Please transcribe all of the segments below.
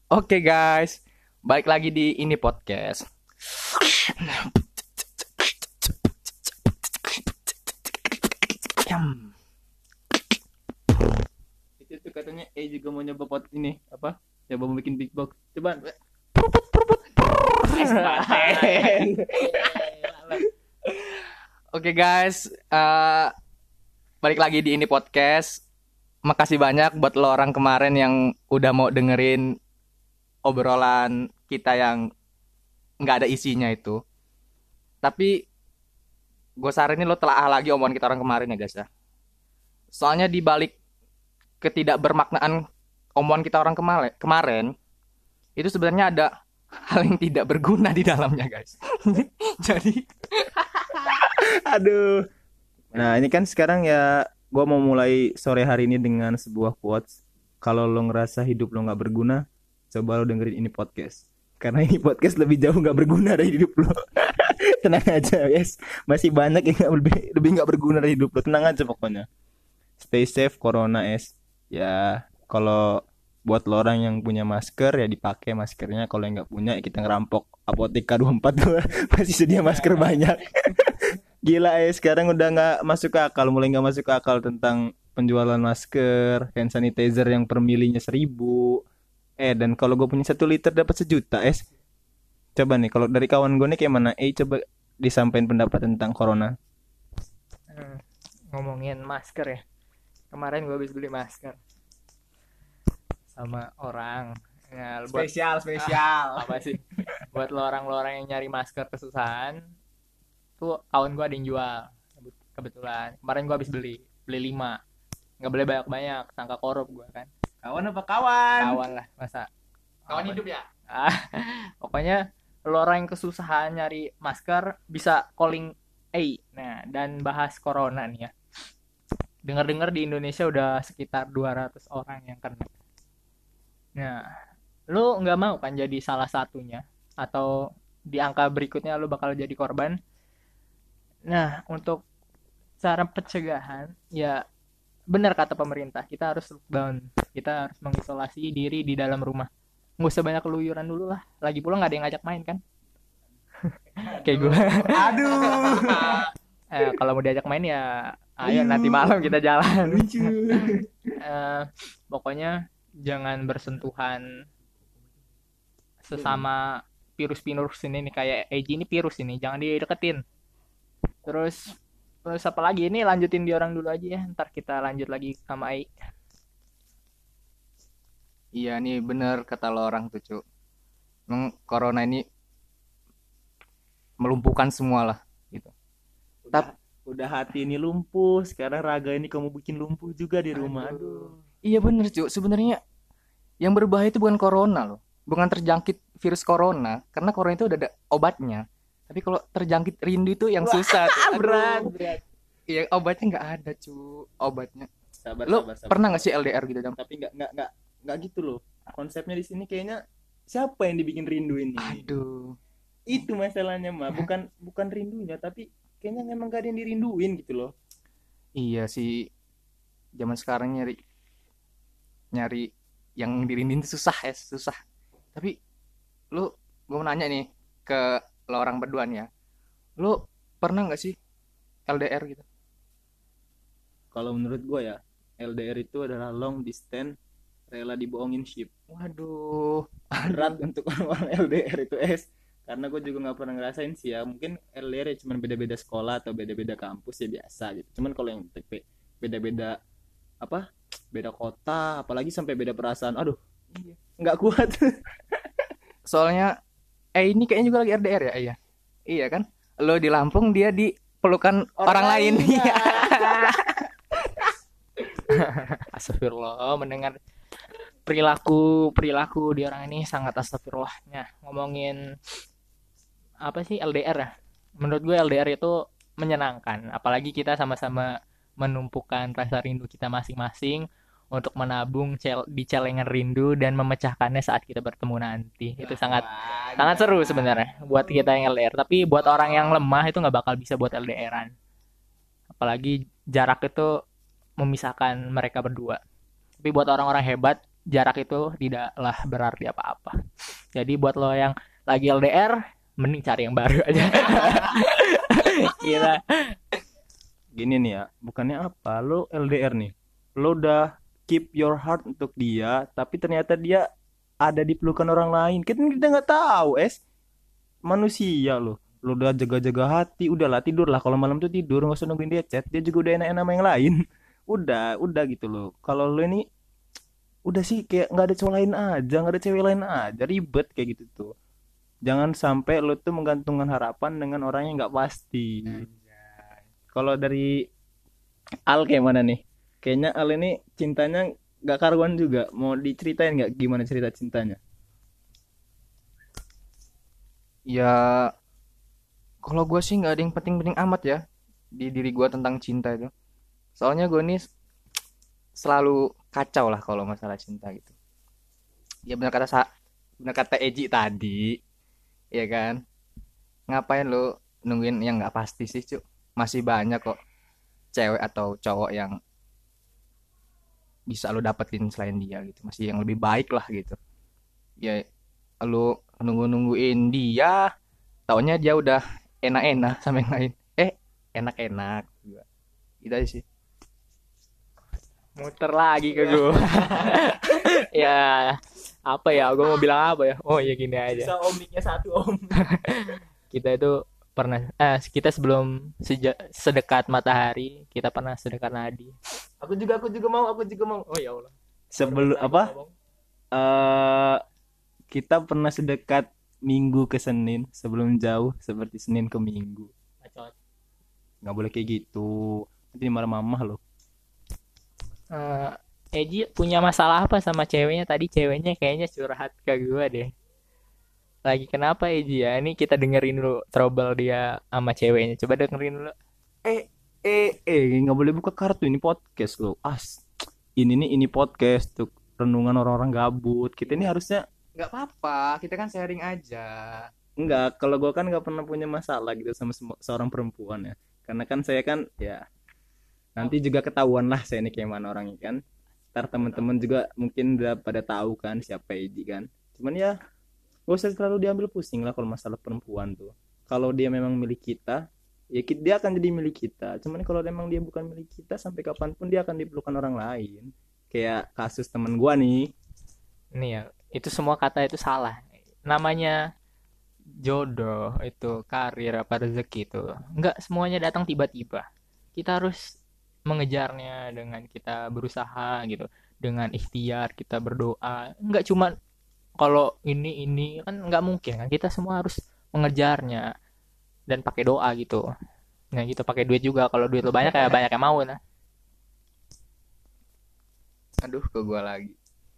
Oke guys, balik lagi di ini podcast. Itu tuh katanya juga mau nyoba pot ini apa? Coba mau bikin big box. Coba. Oke guys, balik lagi di ini podcast. Makasih banyak buat lo orang kemarin yang udah mau dengerin obrolan kita yang nggak ada isinya itu. Tapi gue saranin lo telaah lagi omongan kita orang kemarin ya guys ya. Soalnya di balik ketidakbermaknaan omongan kita orang kemarin itu sebenarnya ada hal yang tidak berguna di dalamnya guys. Jadi Aduh. Nah, ini kan sekarang ya gue mau mulai sore hari ini dengan sebuah quotes. Kalau lo ngerasa hidup lo gak berguna, coba lo dengerin ini podcast. Karena ini podcast lebih jauh gak berguna dari hidup lo. Tenang aja guys. Masih banyak yang lebih gak berguna dari hidup lo. Tenang aja pokoknya. Stay safe corona es. Ya kalau buat lo orang yang punya masker ya dipakai maskernya. Kalau yang gak punya ya kita ngerampok Apotika 24 masih sedia masker banyak. Gila sekarang udah nggak masuk akal, mulai nggak masuk akal tentang penjualan masker, hand sanitizer yang per milinya 1.000. Dan kalau gue punya 1 liter dapat 1 juta Coba nih kalau dari kawan gue nih kayak mana? Coba disampaikan pendapat tentang corona. Ngomongin masker ya. Kemarin gue habis beli masker sama orang. Ya, Spesial. Apa sih? Buat lo orang yang nyari masker kesusahan, tuh kawan gue ada yang jual. Kebetulan kemarin gue habis beli 5. Nggak boleh banyak-banyak, sangka korup gue kan. Kawan apa kawan? Kawan lah, masa kawan hidup ya. Pokoknya lo orang yang kesusahan nyari masker bisa calling nah, dan bahas corona nih ya. Dengar-dengar di Indonesia udah sekitar 200 orang yang kena. Nah, lo nggak mau kan jadi salah satunya, atau di angka berikutnya lo bakal jadi korban. Nah, untuk cara pencegahan ya benar kata pemerintah, kita harus lockdown, kita harus mengisolasi diri di dalam rumah, nggak usah banyak keluyuran dulu lah, lagi pula nggak ada yang ngajak main kan. Kayak gue. Aduh. Kalau mau diajak main ya ayo nanti malam kita jalan. Pokoknya jangan bersentuhan sesama virus ini nih, kayak ini virus ini jangan dideketin. Terus apa lagi, ini lanjutin di orang dulu aja ya, ntar kita lanjut lagi sama Ai. Iya nih bener kata lo orang tuh Cuk. Memang corona ini melumpuhkan semua lah gitu. Udah hati ini lumpuh, sekarang raga ini kamu bikin lumpuh juga di rumah. Aduh. Iya bener Cuk, sebenarnya yang berbahaya itu bukan corona loh. Bukan terjangkit virus corona, karena corona itu udah ada obatnya. Tapi kalau terjangkit rindu itu yang susah tuh. Berat. Iya obatnya nggak ada Cuk, obatnya. Sabar. Lo pernah nggak sih LDR gitu Dam? Tapi nggak gitu loh. Konsepnya di sini kayaknya siapa yang dibikin rindu ini? Aduh. Itu masalahnya mah, bukan rindunya, tapi kayaknya memang gak ada yang dirinduin gitu loh. Iya sih, zaman sekarang nyari yang dirinduin itu susah. Tapi lu, gue mau nanya nih ke lo orang berdua nih ya, lu pernah nggak sih LDR gitu? Kalau menurut gue ya, LDR itu adalah long distance, rela dibohongin ship. Waduh, Berat untuk orang LDR itu karena gue juga nggak pernah ngerasain sih ya. Mungkin LDR ya cuma beda-beda sekolah atau beda-beda kampus ya biasa gitu. Cuman kalau yang beda-beda apa, beda kota, apalagi sampai beda perasaan, aduh nggak kuat. soalnya ini kayaknya juga lagi LDR ya, iya. Iya kan? Lo di Lampung, dia di pelukan orang lain. Ya. Astagfirullah, mendengar perilaku di orang ini sangat astagfirullahnya. Ngomongin apa sih LDR ya? Menurut gue LDR itu menyenangkan, apalagi kita sama-sama menumpukan rasa rindu kita masing-masing untuk menabung di celengan rindu dan memecahkannya saat kita bertemu nanti. Itu sangat seru sebenarnya buat kita yang LDR. Tapi buat orang yang lemah itu nggak bakal bisa buat LDRan. Apalagi jarak itu memisahkan mereka berdua. Tapi buat orang-orang hebat jarak itu tidaklah berarti apa-apa. Jadi buat lo yang lagi LDR, mending cari yang baru aja. Gila. Gini nih ya, bukannya apa, lo LDR nih, lo udah keep your heart untuk dia, tapi ternyata dia ada di pelukan orang lain. Kita nggak tahu, manusia lo udah jaga-jaga hati, udahlah tidurlah, kalau malam tuh tidur, nggak usah nungguin dia chat, dia juga udah enak-enak sama yang lain. Udah gitu loh. Kalau lo ini udah sih kayak nggak ada cowok lain aja, nggak ada cewek lain aja, ribet kayak gitu tuh. Jangan sampai lo tuh menggantungkan harapan dengan orang yang nggak pasti. Kalau dari Al kayak mana nih? Kayaknya Al ini cintanya nggak karuan juga. Mau diceritain nggak gimana cerita cintanya? Ya kalau gue sih nggak ada yang penting-penting amat ya di diri gue tentang cinta itu. Soalnya gue nih selalu kacau lah kalau masalah cinta gitu. Ya benar kata Eji tadi, ya kan? Ngapain lu nungguin yang nggak pasti sih, Cuk? Masih banyak kok cewek atau cowok yang bisa lu dapetin selain dia gitu. Masih yang lebih baik lah gitu. Ya lu nungguin dia, taunya dia udah enak-enak sama yang lain. Enak-enak juga. Gitu aja sih. Muter lagi ke gue. Ya, apa ya? Gue mau bilang apa ya? Oh ya gini aja. Bisa omiknya satu om. Kita itu pernah kita sebelum sedekat matahari, kita pernah sedekat nadi. Aku juga mau. Oh ya Allah. Sebelum apa? Kita pernah sedekat Minggu ke Senin, sebelum jauh seperti Senin ke Minggu. Bacot. Nggak boleh kayak gitu. Nanti marah mamah loh. Eji punya masalah apa sama ceweknya? Tadi ceweknya kayaknya curhat ke gue deh. Lagi kenapa Eji ya? Ini kita dengerin dulu trouble dia sama ceweknya. Coba dengerin dulu. Nggak boleh buka kartu, ini podcast loh. Ini podcast tuh renungan orang-orang gabut. Kita ini harusnya Nggak apa-apa, kita kan sharing aja. enggak. Kalau gue kan nggak pernah punya masalah gitu sama seorang perempuan ya. Karena kan saya kan ya nanti juga ketahuan lah saya ini kayak mana orangnya kan. Ntar teman-teman juga mungkin udah pada tahu kan siapa Eji kan. Cuman ya gak usah terlalu diambil pusing lah kalau masalah perempuan tuh. Kalau dia memang milik kita, ya dia akan jadi milik kita. Cuman kalau memang dia bukan milik kita, sampai kapanpun dia akan diperlukan orang lain. Kayak kasus temen gua nih. Nih ya, itu semua kata itu salah. Namanya jodoh itu, karir apa rezeki itu nggak semuanya datang tiba-tiba. Kita harus mengejarnya dengan kita berusaha gitu, dengan ikhtiar kita berdoa. Nggak cuma kalau ini kan nggak mungkin kan, kita semua harus mengejarnya dan pakai doa gitu. Nah gitu, pakai duit juga. Kalau duit lo banyak kayak banyak yang mau. Nah Aduh, ke gua lagi.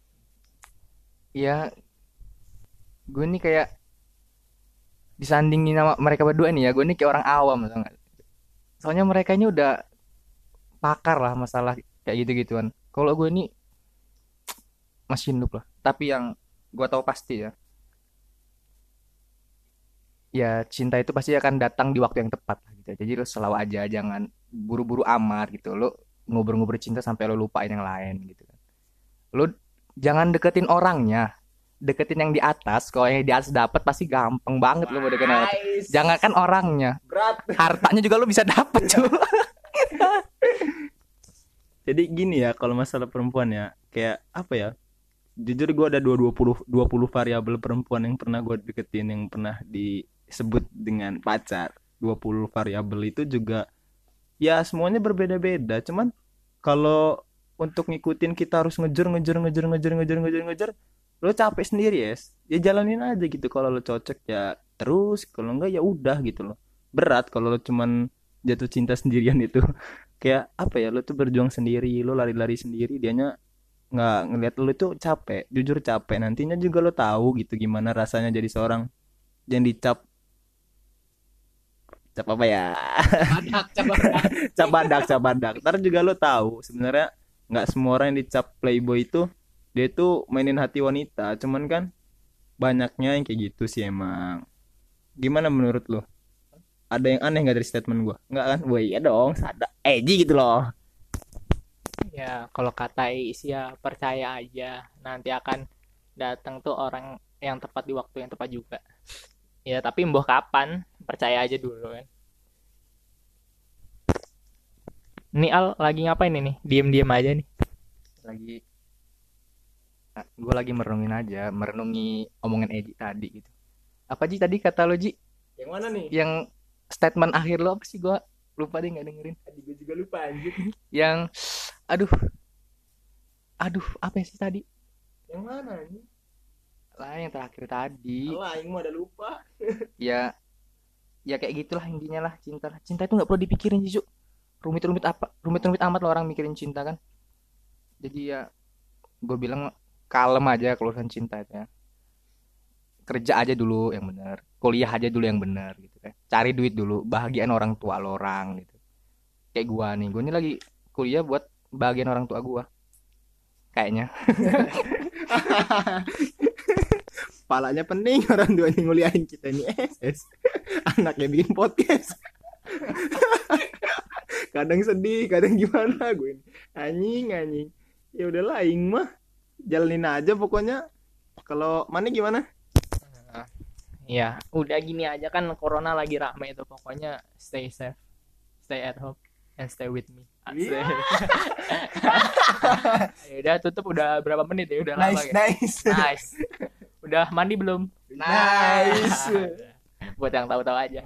Ya, gue nih kayak disandingin sama mereka berdua nih ya. Gue nih kayak orang awam, tau nggak? Soalnya mereka ini udah pakar lah masalah kayak gitu-gituan. Kalau gue ini masih noob lah. Tapi yang gue tahu pasti ya, ya cinta itu pasti akan datang di waktu yang tepat lah gitu. Jadi lo selalu aja, jangan buru-buru amat gitu. Lo ngobrol-ngobrol cinta sampai lo lupain yang lain gitu kan. Lo jangan deketin orangnya, deketin yang di atas. Kalau yang di atas dapat pasti gampang banget lo mau deketin orang. Jangan kan orangnya, Berat. hartanya juga lo bisa dapet cuy. Jadi gini ya, kalau masalah perempuan ya, kayak apa ya? Jujur gue ada 20 variabel perempuan yang pernah gue deketin, yang pernah disebut dengan pacar. 20 variabel itu juga ya semuanya berbeda-beda. Cuman kalau untuk ngikutin kita harus ngejar, lo capek sendiri ya jalanin aja gitu. Kalau lo cocok ya terus, kalau enggak ya udah gitu loh. Berat kalau lo cuman jatuh cinta sendirian itu. Kayak apa ya, lo tuh berjuang sendiri, lo lari-lari sendiri, dianya nggak ngelihat lo itu capek, jujur capek. Nantinya juga lo tahu gitu gimana rasanya jadi seorang yang dicap apa ya. Cap badak. Ntar juga lo tahu sebenarnya nggak semua orang yang dicap playboy itu dia tuh mainin hati wanita. Cuman kan banyaknya yang kayak gitu sih emang. Gimana menurut lo? Ada yang aneh nggak dari statement gue? Nggak kan? Wah iya dong, sadar Eji gitu loh. Ya, kalau kata Iis ya percaya aja. Nanti akan datang tuh orang yang tepat di waktu yang tepat juga. Ya, tapi mbah kapan? Percaya aja dulu kan. Ini Al lagi ngapain ini? Diem-diem aja nih. Lagi gue lagi merenungin aja, merenungi omongan Eji tadi gitu. Apa Ji tadi kata lo Ji? Yang mana nih? Yang statement akhir lo apa sih? Gue lupa deh nggak dengerin. Tadi gue juga lupa anjir. Yang aduh apa sih tadi? Yang mana nih? Lah yang terakhir tadi. Alah, yang mau ada lupa. Ya kayak gitulah intinya lah cinta. Cinta itu nggak perlu dipikirin sih, Cuk. Rumit-rumit amat lo orang mikirin cinta kan. Jadi ya gue bilang kalem aja kalau urusan cinta itu ya. Kerja aja dulu yang benar, kuliah aja dulu yang benar gitu kan. Cari duit dulu, bahagian orang tua lo orang gitu. Kayak gue nih lagi kuliah buat bahagian orang tua gua. Kayaknya. Palanya pening orang tuanya nguliahin kita nih SS. Anaknya bikin podcast. Kadang sedih, kadang gimana gue ini. Anjing. Ya udahlah aing mah jalanin aja pokoknya. Kalau mana gimana? Ya, udah gini aja kan corona lagi rame itu. Pokoknya stay safe, stay at home, and stay with me. Asik. Ya udah tutup udah berapa menit ya? Udah lama ya. Nice. Udah mandi belum? Nice. Buat yang tahu-tahu aja.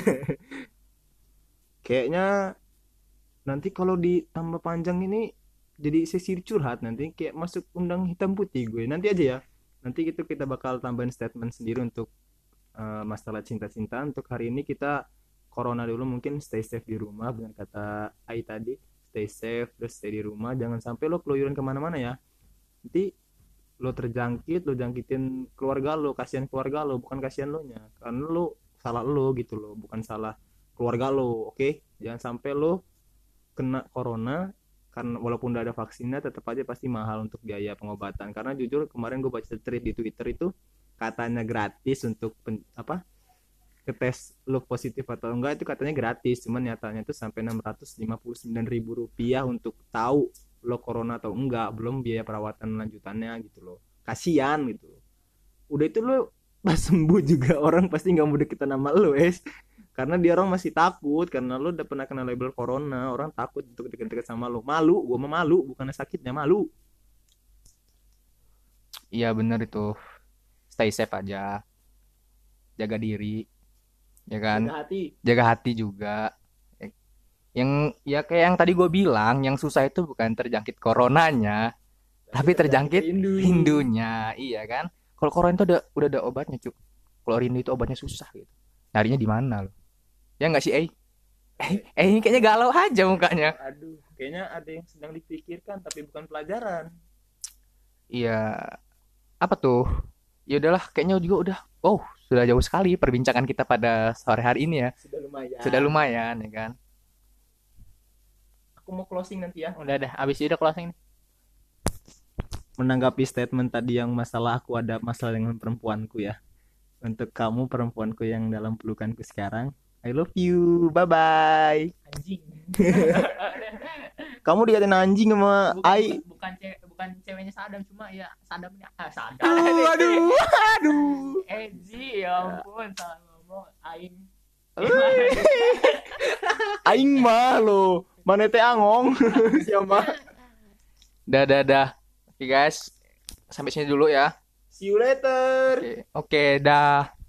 Kayaknya nanti kalau ditambah panjang ini jadi sesi curhat nanti kayak masuk undang hitam putih gue. Nanti aja ya. Nanti itu kita bakal tambahin statement sendiri untuk masalah cinta-cinta. Untuk hari ini kita corona dulu, mungkin stay safe di rumah dengan kata Ai tadi, stay safe terus stay di rumah, jangan sampai lo keluyuran kemana-mana ya. Nanti lo terjangkit, lo jangkitin keluarga lo, kasihan keluarga lo, bukan kasihan lo nya, karena lo salah lo gitu lo, bukan salah keluarga lo. Oke? Jangan sampai lo kena corona, karena walaupun udah ada vaksinnya tetap aja pasti mahal untuk biaya pengobatan. Karena jujur kemarin gue baca thread di Twitter itu katanya gratis untuk ngetes lo positif atau enggak, itu katanya gratis, cuman nyatanya itu sampai Rp659.000 untuk tahu lo corona atau enggak, belum biaya perawatan lanjutannya gitu loh. Kasian gitu. Udah itu lo pas sembuh juga orang pasti nggak mau deketan sama lo karena dia orang masih takut, karena lo udah pernah kena label corona, orang takut untuk deket-deket sama lo. Malu, gue mah malu, bukannya sakitnya, malu. Iya bener itu. Stay safe aja. Jaga diri. Ya kan? Jaga hati juga. Yang ya kayak yang tadi gue bilang, yang susah itu bukan terjangkit coronanya, tapi terjangkit rindunya. Iya kan? Kalau corona itu udah ada obatnya, Cuk. Kalau rindu itu obatnya susah gitu. Nyarinya di mana lo? Ya nggak sih, ini kayaknya galau aja mukanya. Aduh, kayaknya ada yang sedang dipikirkan tapi bukan pelajaran. Iya, apa tuh? Ya udahlah, kayaknya juga udah. Oh, sudah jauh sekali perbincangan kita pada sore hari ini ya. Sudah lumayan ya kan. Aku mau closing nanti ya. Udah abis itu udah closing nih. Menanggapi statement tadi yang masalah aku ada masalah dengan perempuanku ya. Untuk kamu perempuanku yang dalam pelukanku sekarang, I love you, bye bye. Anjing. Kamu dikatain anjing sama Ai. Bukan ceweknya Sadam, cuma ya Sadamnya Sadam. Aduh. Ji, ya ampun, salah ngomong. Aing. Aing mah lo, mana teh angong. Siapa? Dah. Oke guys, sampai sini dulu ya. See you later. Oke, dah.